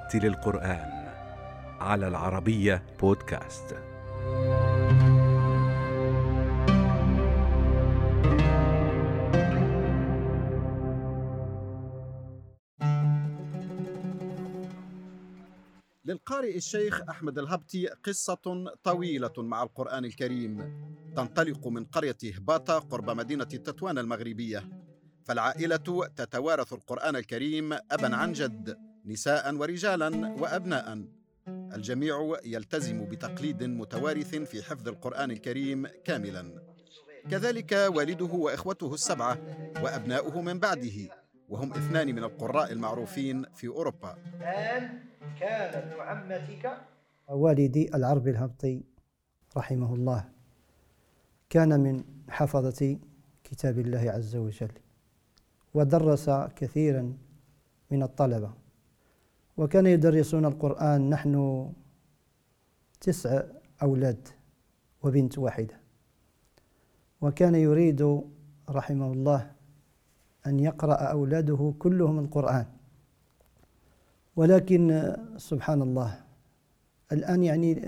رتل القرآن على العربية بودكاست. للقارئ الشيخ أحمد الهبطي قصة طويلة مع القرآن الكريم، تنطلق من قرية هباطة قرب مدينة تطوان المغربية. فالعائلة تتوارث القرآن الكريم أبا عن جد، نساء ورجالا وأبناء. الجميع يلتزم بتقليد متوارث في حفظ القرآن الكريم كاملا، كذلك والده وإخوته السبعة وأبناؤه من بعده، وهم 2 من القراء المعروفين في أوروبا. كان ابن عمتك. والدي العربي الهبطي رحمه الله كان من حفظة كتاب الله عز وجل، ودرس كثيرا من الطلبة، وكان يدرسون القرآن. نحن 9 أولاد وبنت واحدة، وكان يريد رحمه الله أن يقرأ أولاده كلهم القرآن، ولكن سبحان الله الآن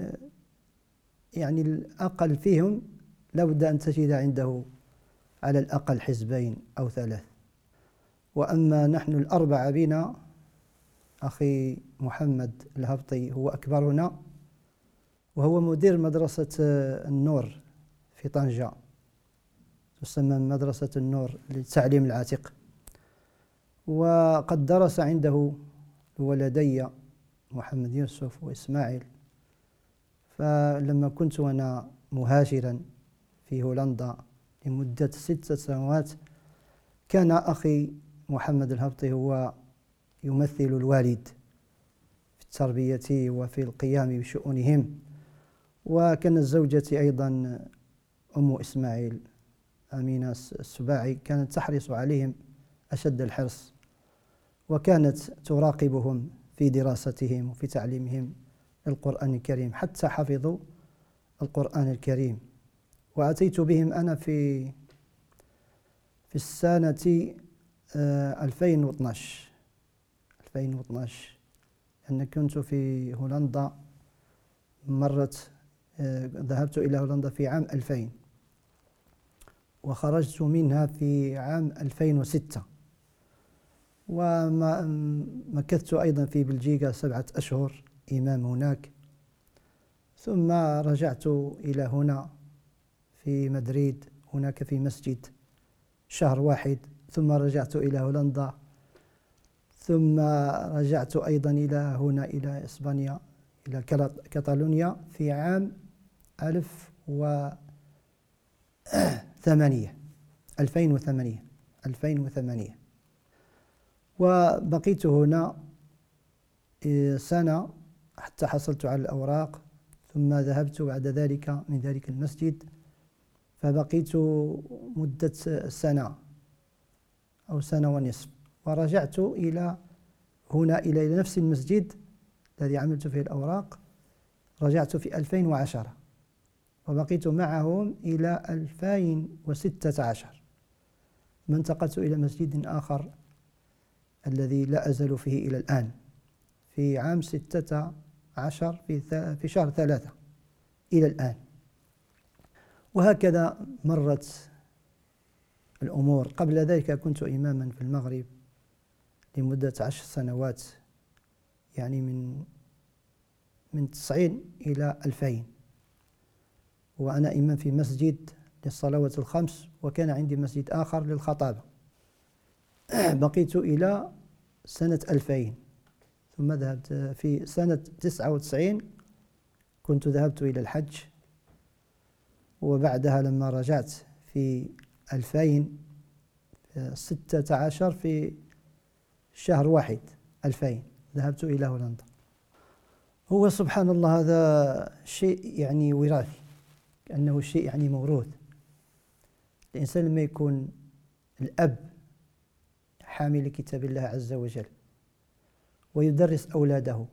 يعني الأقل فيهم لابد أن تجد عنده على الأقل 2 أو 3. وأما نحن ال4 بنا، أخي محمد الهبطي هو أكبرنا، وهو مدير مدرسة النور في طنجة، تسمى مدرسة النور للتعليم العاتق. وقد درس عنده ولدي محمد يوسف وإسماعيل. فلما كنت أنا مهاجرا في هولندا لمدة 6 سنوات، كان أخي محمد الهبطي هو يمثل الوالد في التربية وفي القيام بشؤونهم. وكانت زوجتي أيضا أم إسماعيل أمينة السباعي كانت تحرص عليهم أشد الحرص، وكانت تراقبهم في دراستهم وفي تعليمهم القرآن الكريم حتى حفظوا القرآن الكريم. وأتيت بهم أنا في السنة 2012 أنا كنت في هولندا ذهبت إلى هولندا في عام 2000، وخرجت منها في عام 2006، ومكثت أيضا في بلجيكا 7 أشهر إمام هناك، ثم رجعت إلى هنا في مدريد هناك في مسجد شهر 1، ثم رجعت إلى هولندا، ثم رجعت أيضا إلى هنا إلى إسبانيا إلى كاتالونيا في عام 2008. وبقيت هنا سنة حتى حصلت على الأوراق، ثم ذهبت بعد ذلك من ذلك المسجد، فبقيت مدة 1 سنة أو 1.5 سنة، ورجعت إلى هنا إلى نفس المسجد الذي عملت فيه الأوراق. رجعت في 2010 وبقيت معهم إلى 2016، ثم انتقلت إلى مسجد آخر الذي لا أزال فيه إلى الآن في عام 16 في شهر 3 إلى الآن. وهكذا مرت الأمور. قبل ذلك كنت إماما في المغرب لمدة 10 سنوات، يعني من 90 إلى 2000، وأنا إمام في مسجد للصلوات ال5، وكان عندي مسجد آخر للخطابة. بقيت إلى سنة 2000، ثم ذهبت في سنة 99 كنت ذهبت إلى الحج، وبعدها لما رجعت في 2016 في شهر 1 2000 ذهبت إلى هولندا. هو سبحان الله هذا شيء يعني وراثي، كأنه شيء يعني موروث. الإنسان لما يكون الأب حامل كتاب الله عز وجل ويدرس أولاده،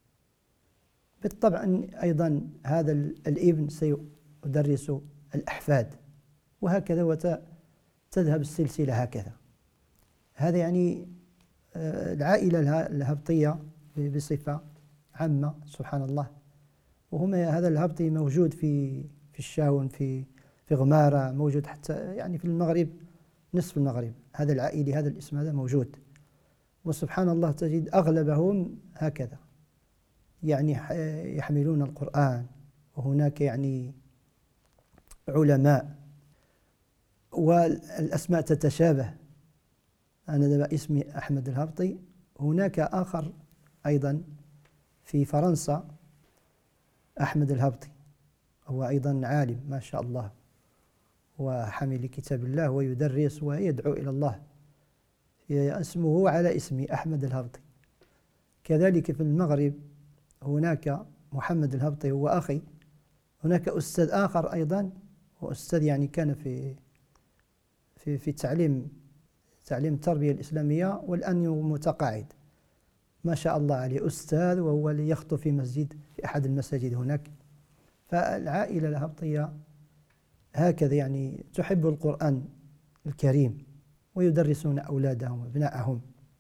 بالطبع أيضا هذا الابن سيدرس الأحفاد، وهكذا وتذهب السلسلة هكذا. هذا يعني العائلة الهبطية بصفة عامة سبحان الله. وهما هذا الهبطي موجود في الشاون، في غمارة، موجود حتى يعني في المغرب، نصف المغرب هذا العائلي، هذا الاسم هذا موجود. وسبحان الله تجد أغلبهم هكذا يعني يحملون القرآن، وهناك يعني علماء والأسماء تتشابه. أنا دابا اسمي أحمد الهبطي، هناك آخر أيضا في فرنسا أحمد الهبطي، هو أيضا عالم ما شاء الله وحامل كتاب الله ويدرس ويدعو إلى الله، اسمه على اسمي أحمد الهبطي. كذلك في المغرب هناك محمد الهبطي هو أخي. هناك أستاذ آخر أيضا، وأستاذ يعني كان في تعليم التربية الإسلامية، والآن متقاعد ما شاء الله عليه، أستاذ، وهو يخطب في مسجد، في أحد المساجد هناك. فالعائلة الهبطية هكذا يعني تحب القرآن الكريم ويدرسون أولادهم وابنائهم.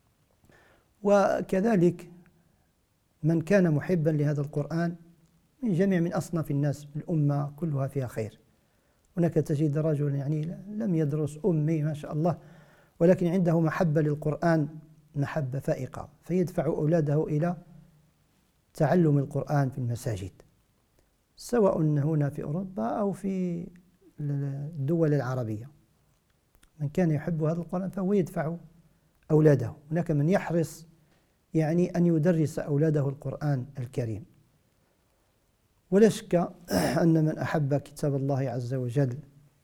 وكذلك من كان محبا لهذا القرآن من أصناف الناس، الأمة كلها فيها خير. هناك تجد رجل يعني لم يدرس، أمي ما شاء الله، ولكن عنده محبة للقرآن، محبة فائقة، فيدفع أولاده إلى تعلم القرآن في المساجد، سواء هنا في أوروبا أو في الدول العربية. من كان يحب هذا القرآن فهو يدفع أولاده. هناك من يحرص يعني أن يدرس أولاده القرآن الكريم. ولا شك أن من أحب كتاب الله عز وجل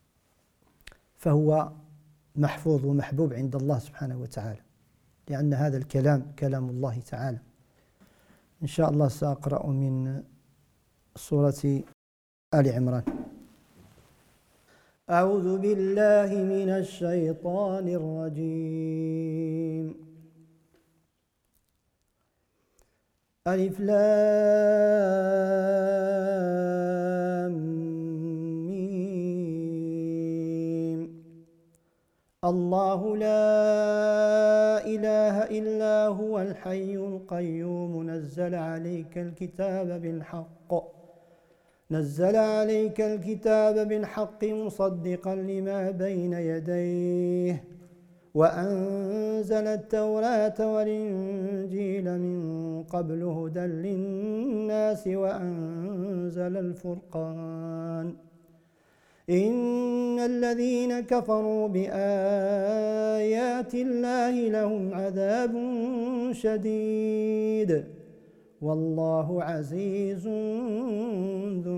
فهو محفوظ ومحبوب عند الله سبحانه وتعالى، لأن هذا الكلام كلام الله تعالى. إن شاء الله سأقرأ من سورة آل عمران. أعوذ بالله من الشيطان الرجيم. ألف لام ميم. الله لا إله إلا هو الحي القيوم، نزل عليك الكتاب بالحق مصدقا لما بين يديه، وأنزل التوراة والإنجيل من قبل هدى للناس، وأنزل الفرقان. إن الذين كفروا بآيات الله لهم عذاب شديد، والله عزيز ذو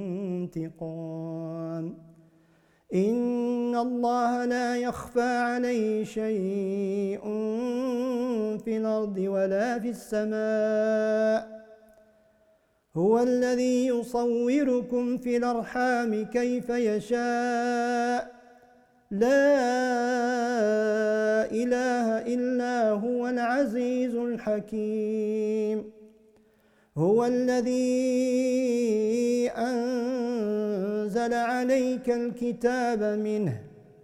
انتقام. إن الله لا يخفى عليه شيء في الأرض ولا في السماء، هو الذي يصوركم في الأرحام كيف يشاء، لا إله إلا هو العزيز الحكيم. هو الذي أنزل عليك الكتاب منه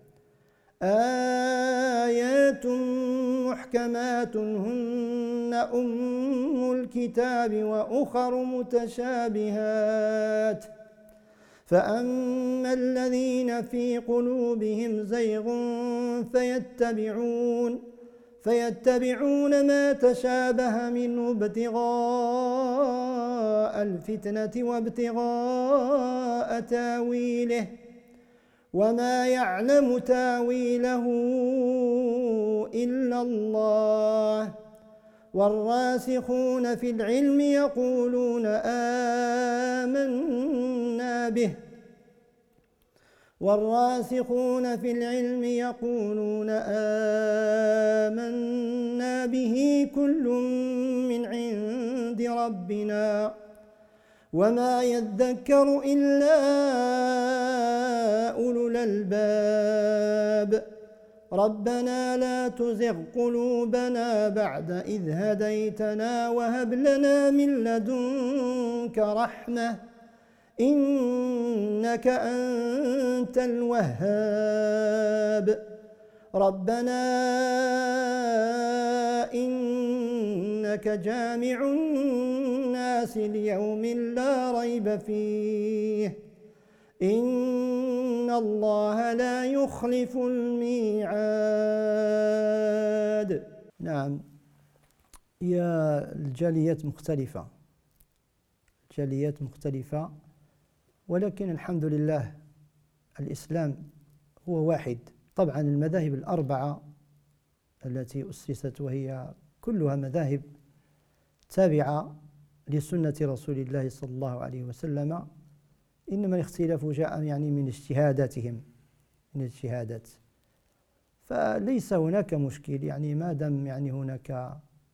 آيات محكمات هن أم الكتاب وأخر متشابهات، فأما الذين في قلوبهم زيغ فيتبعون ما تشابه منه ابتغاء الفتنة وابتغاء تاويله، وما يعلم تاويله إلا الله. والراسخون في العلم يقولون آمنا به كل من عند ربنا، وما يذكر إلا أولو الألباب. ربنا لا تزغ قلوبنا بعد إذ هديتنا، وهب لنا من لدنك رحمة إنك أنت الوهاب. ربنا إنك إنك جامع الناس ليوم لا ريب فيه إن الله لا يخلف الميعاد. نعم، هي الجاليات مختلفة، ولكن الحمد لله الإسلام هو واحد. طبعا المذاهب الأربعة التي أسست وهي كلها مذاهب تابعة لسنة رسول الله صلى الله عليه وسلم، إنما الاختلاف جاء يعني من اجتهاداتهم، من الاجتهادات. فليس هناك مشكل يعني ما دام يعني هناك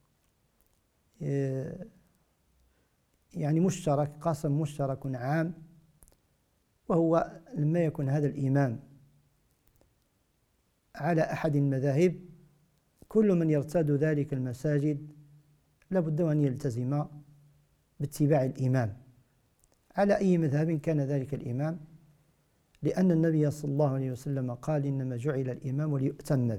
يعني قاسم مشترك عام، وهو لما يكون هذا الإمام على أحد المذاهب كل من يرتاد ذلك المساجد لابد أن يلتزم باتباع الإمام على أي مذهب كان ذلك الإمام، لأن النبي صلى الله عليه وسلم قال إنما جعل الإمام ليؤتم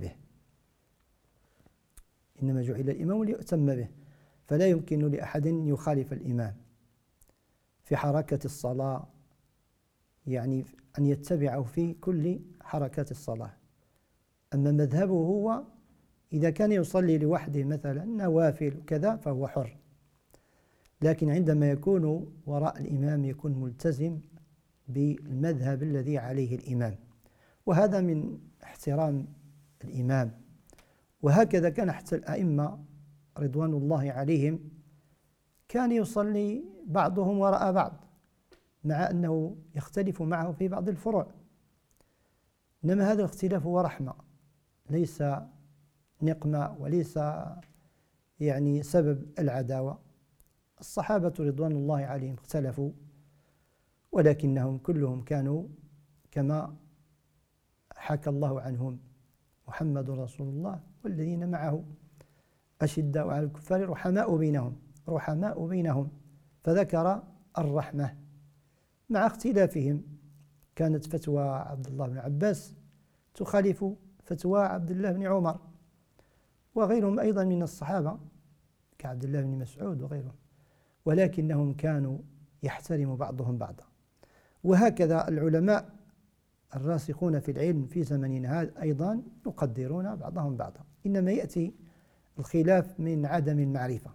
به، فلا يمكن لأحد أن يخالف الإمام في حركة الصلاة، يعني أن يتبعه في كل حركات الصلاة. أما مذهبه هو إذا كان يصلي لوحده مثلا نوافل وكذا فهو حر، لكن عندما يكون وراء الإمام يكون ملتزم بالمذهب الذي عليه الإمام، وهذا من احترام الإمام. وهكذا كان حتى الأئمة رضوان الله عليهم كان يصلي بعضهم وراء بعض مع أنه يختلف معه في بعض الفروع، إنما هذا الاختلاف هو رحمة ليس نقمة وليس يعني سبب العداوة. الصحابة رضوان الله عليهم اختلفوا، ولكنهم كلهم كانوا كما حكى الله عنهم: محمد رسول الله والذين معه أشداء على الكفار رحماء بينهم، فذكر الرحمة مع اختلافهم. كانت فتوى عبد الله بن عباس تخالف فتوى عبد الله بن عمر وغيرهم أيضا من الصحابة كعبد الله بن مسعود وغيرهم، ولكنهم كانوا يحترم بعضهم بعضا. وهكذا العلماء الراسخون في العلم في زمننا هذا أيضا يقدرون بعضهم بعضا، إنما يأتي الخلاف من عدم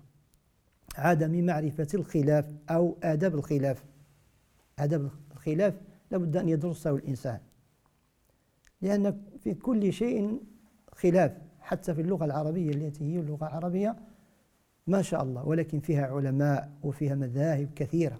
معرفة الخلاف أو آداب الخلاف. آداب الخلاف لابد أن يدرسه الإنسان، لأن في كل شيء خلاف، حتى في اللغة العربية التي هي اللغة العربية ما شاء الله، ولكن فيها علماء وفيها مذاهب كثيرة.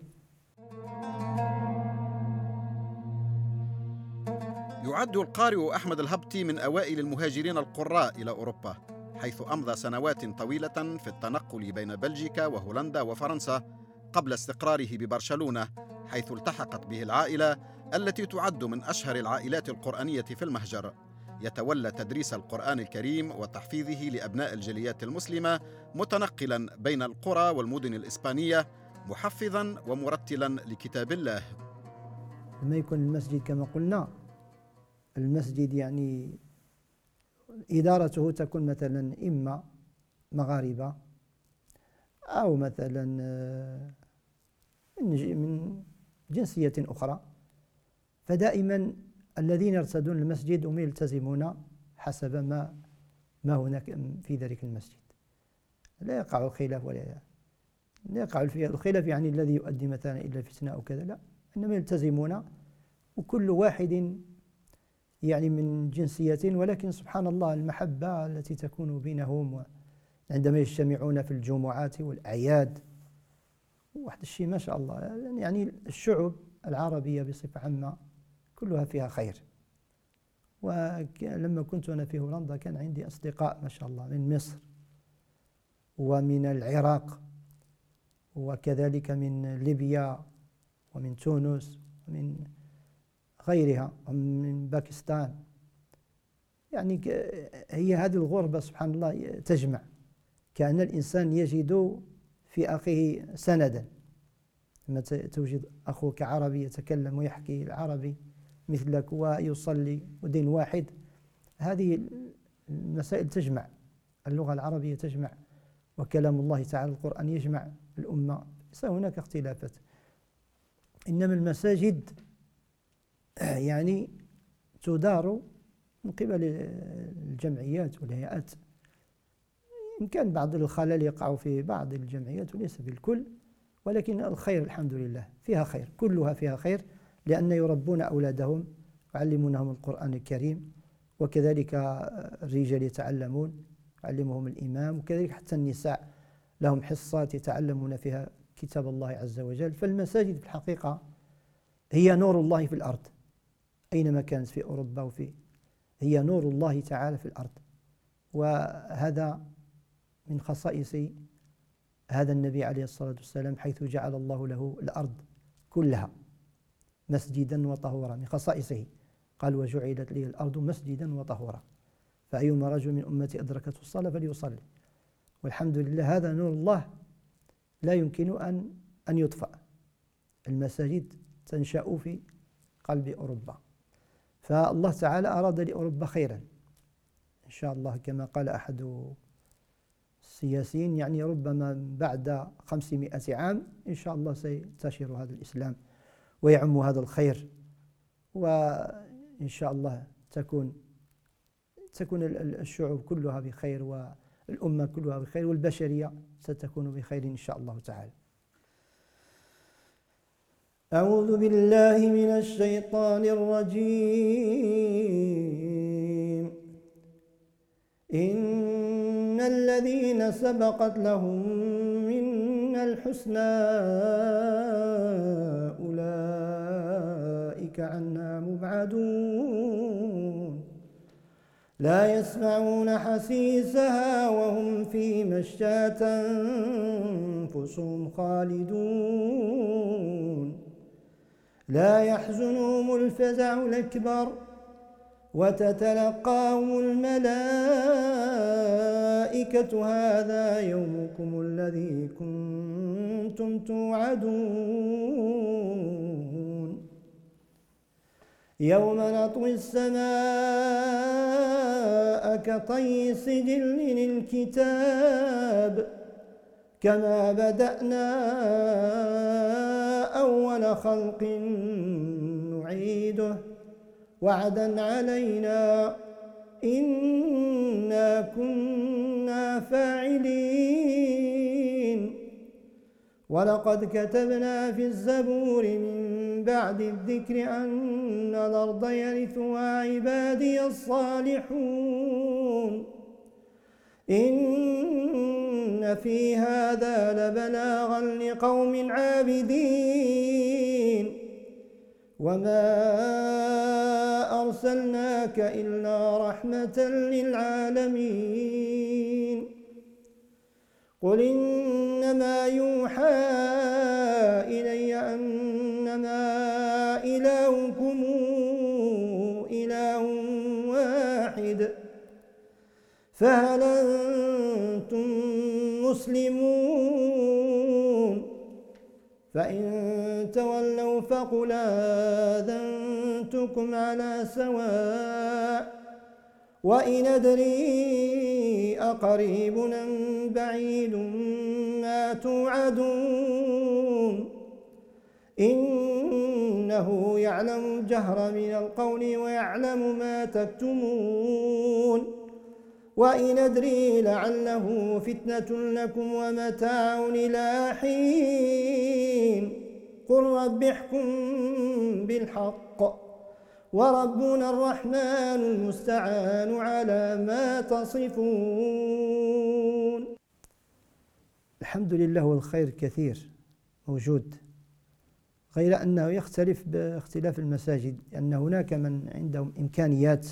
يعد القارئ أحمد الهبطي من أوائل المهاجرين القراء إلى أوروبا، حيث أمضى سنوات طويلة في التنقل بين بلجيكا وهولندا وفرنسا قبل استقراره ببرشلونة، حيث التحقت به العائلة التي تعد من أشهر العائلات القرآنية في المهجر. يتولى تدريس القرآن الكريم وتحفيظه لأبناء الجاليات المسلمة، متنقلا بين القرى والمدن الإسبانية، محفظا ومرتلا لكتاب الله. لما يكون المسجد كما قلنا، المسجد يعني إدارته تكون مثلا إما مغاربة أو مثلا من جنسية أخرى، فدائما الذين يرتدون المسجد هم يلتزمون حسب ما هناك في ذلك المسجد. لا يقع الخلاف لا يقع الخلاف يعني الذي يؤدي مثلا إلى فتنة أو كذا، لا، إنما يلتزمون وكل واحد يعني من جنسية، ولكن سبحان الله المحبة التي تكون بينهم عندما يجتمعون في الجمعات والأعياد، واحد الشيء ما شاء الله. يعني الشعوب العربية بصفة عامة كلها فيها خير. ولما كنت أنا في هولندا كان عندي أصدقاء ما شاء الله من مصر ومن العراق وكذلك من ليبيا ومن تونس ومن غيرها ومن باكستان. يعني هي هذه الغربة سبحان الله تجمع، كأن الإنسان يجد في أخيه سندا. لما توجد أخوك عربي يتكلم ويحكي العربي مثلك ويصلي ودين واحد، هذه المسائل تجمع. اللغة العربية تجمع وكلام الله تعالى القرآن يجمع الأمة، ليس هناك اختلافات. إنما المساجد يعني تدار من قبل الجمعيات والهيئات. إن كان بعض الخلل يقع في بعض الجمعيات وليس في الكل، ولكن الخير الحمد لله فيها خير، كلها فيها خير، لأن يربون أولادهم ويعلمونهم القرآن الكريم، وكذلك الرجال يتعلمون يعلمهم الإمام، وكذلك حتى النساء لهم حصات يتعلمون فيها كتاب الله عز وجل. فالمساجد في الحقيقة هي نور الله في الأرض أينما كانت في أوروبا هي نور الله تعالى في الأرض. وهذا من خصائص هذا النبي عليه الصلاة والسلام، حيث جعل الله له الأرض كلها مسجدا وطهورا، من خصائصه قال وجعلت لي الأرض مسجدا وطهورا، فأيما رجل من أمتي أدركته الصلاة فليصلي. والحمد لله هذا نور الله لا يمكن أن يطفأ. المساجد تنشأ في قلب أوروبا، فالله تعالى أراد لأوروبا خيرا إن شاء الله، كما قال أحد السياسيين، يعني ربما بعد 500 عام إن شاء الله سينتشر هذا الإسلام ويعم هذا الخير، وإن شاء الله تكون الشعوب كلها بخير، والأمة كلها بخير، والبشرية ستكون بخير إن شاء الله تعالى. أعوذ بالله من الشيطان الرجيم. إن الذين سبقت لهم منا الحسنى أولئك عنها مبعدون، لا يسمعون حسيسها وهم فيما اشتهت أنفسهم خالدون، لا يحزنهم الفزع الأكبر وتتلقاهم الملائكة هذا يومكم الذي كنتم توعدون، يوم نطوي السماء كطي السجل للكتاب كما بدأنا أول خلق نعيده وعدا علينا إنا كنا فاعلين. ولقد كتبنا في الزبور من بعد الذكر أن الأرض يرثها عبادي الصالحون، إن في هذا لبلاغا لقوم عابدين، وما أرسلناك إلا رحمة للعالمين. قل إنما يوحى إلي أنما إلهكم إله واحد، فهل أنتم مسلمون؟ فإن تولوا فقل آذنتكم على سواء، وإن أدري أقريب أم بعيد ما توعدون، إنه يعلم الجهر من القول ويعلم ما تكتمون، وإن أدري لعله فتنة لكم ومتاع إلى حين، قل رب احكم بالحق وربنا الرحمن المستعان على ما تصفون. الحمد لله والخير كثير موجود، غير أنه يختلف باختلاف المساجد، لأن هناك من عندهم إمكانيات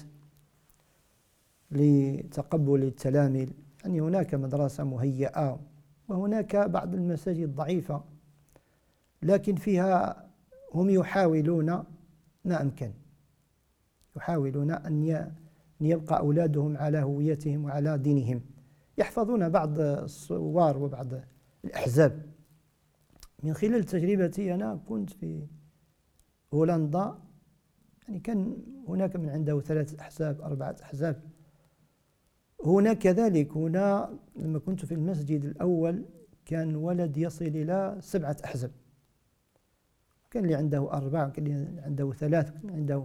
لتقبل التلاميذ، يعني هناك مدرسة مهيئة، وهناك بعض المساجد ضعيفة لكن فيها هم يحاولون ما أمكن، يحاولون أن يبقى أولادهم على هويتهم وعلى دينهم، يحفظون بعض الصور وبعض الأحزاب. من خلال تجربتي أنا كنت في هولندا، يعني كان هناك من عنده 3 أحزاب 4 أحزاب، هنا كذلك، هنا لما كنت في المسجد الأول كان ولد يصل إلى 7 أحزاب، كان اللي عنده 4، كان اللي عنده 3، كان عنده.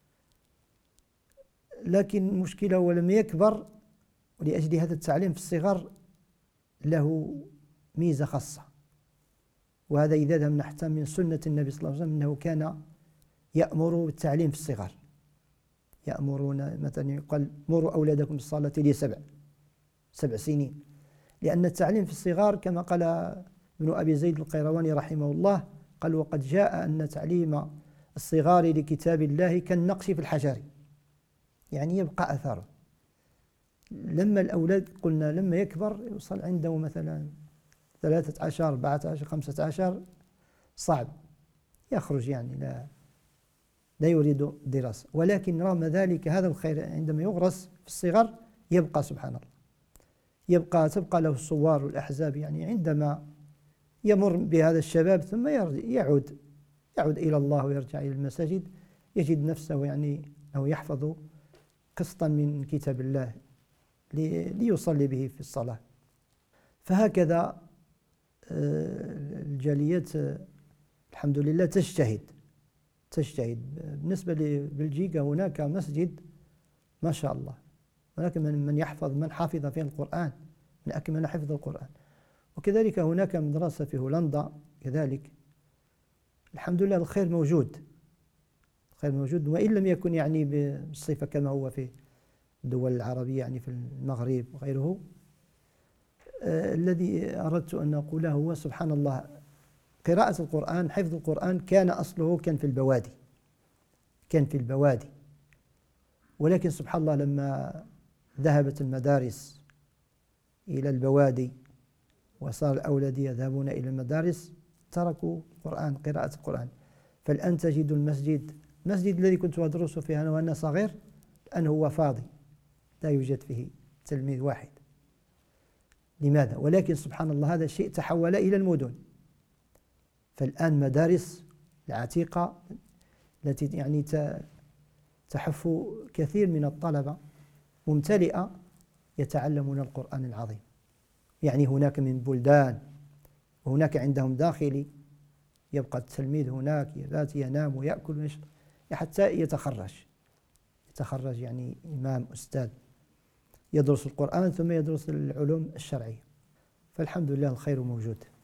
لكن المشكلة هو لم يكبر، ولأجل هذا التعليم في الصغر له ميزة خاصة، وهذا إذا ذهبنا حتى من سنة النبي صلى الله عليه وسلم أنه كان يأمر بالتعليم في الصغر، يأمرون مثلا يقال مروا أولادكم بالصلاة ل7 سنين، لأن التعليم في الصغار كما قال ابن أبي زيد القيرواني رحمه الله، قال وقد جاء أن تعليم الصغار لكتاب الله كالنقش في الحجر، يعني يبقى أثره. لما الأولاد قلنا لما يكبر يوصل عنده مثلا 13 14 15 صعب يخرج، يعني لا يريد الدراسة، ولكن رغم ذلك هذا الخير عندما يغرس في الصغر يبقى سبحان الله، تبقى له الصور والأحزاب، يعني عندما يمر بهذا الشباب ثم يعود إلى الله ويرجع إلى المساجد يجد نفسه يعني أو يحفظ قسطا من كتاب الله ليصلي به في الصلاة. فهكذا الجاليات الحمد لله تجتهد. بالنسبة لبلجيكا هناك مسجد ما شاء الله، هناك من حافظ فيه القرآن، من أكمل حفظ القرآن. وكذلك هناك مدرسة في هولندا كذلك، الحمد لله الخير موجود، وإن لم يكن يعني بالصفة كما هو في الدول العربية، يعني في المغرب وغيره. الذي أردت أن أقوله هو سبحان الله، قراءة القرآن، حفظ القرآن كان أصله كان في البوادي، ولكن سبحان الله لما ذهبت المدارس إلى البوادي وصار الأولاد يذهبون إلى المدارس تركوا قراءة القرآن. فالآن تجد المسجد الذي كنت أدرس فيه أنا وأنا صغير الآن هو فاضي، لا يوجد فيه تلميذ واحد. لماذا؟ ولكن سبحان الله هذا الشيء تحول إلى المدن، فالآن مدارس العتيقة التي يعني تحف كثير من الطلبة ممتلئة يتعلمون القرآن العظيم، يعني هناك من بلدان، وهناك عندهم داخلي، يبقى التلميذ هناك يبات ينام ويأكل ويشرب حتى يتخرج يعني إمام أستاذ يدرس القرآن ثم يدرس العلوم الشرعية. فالحمد لله الخير موجود.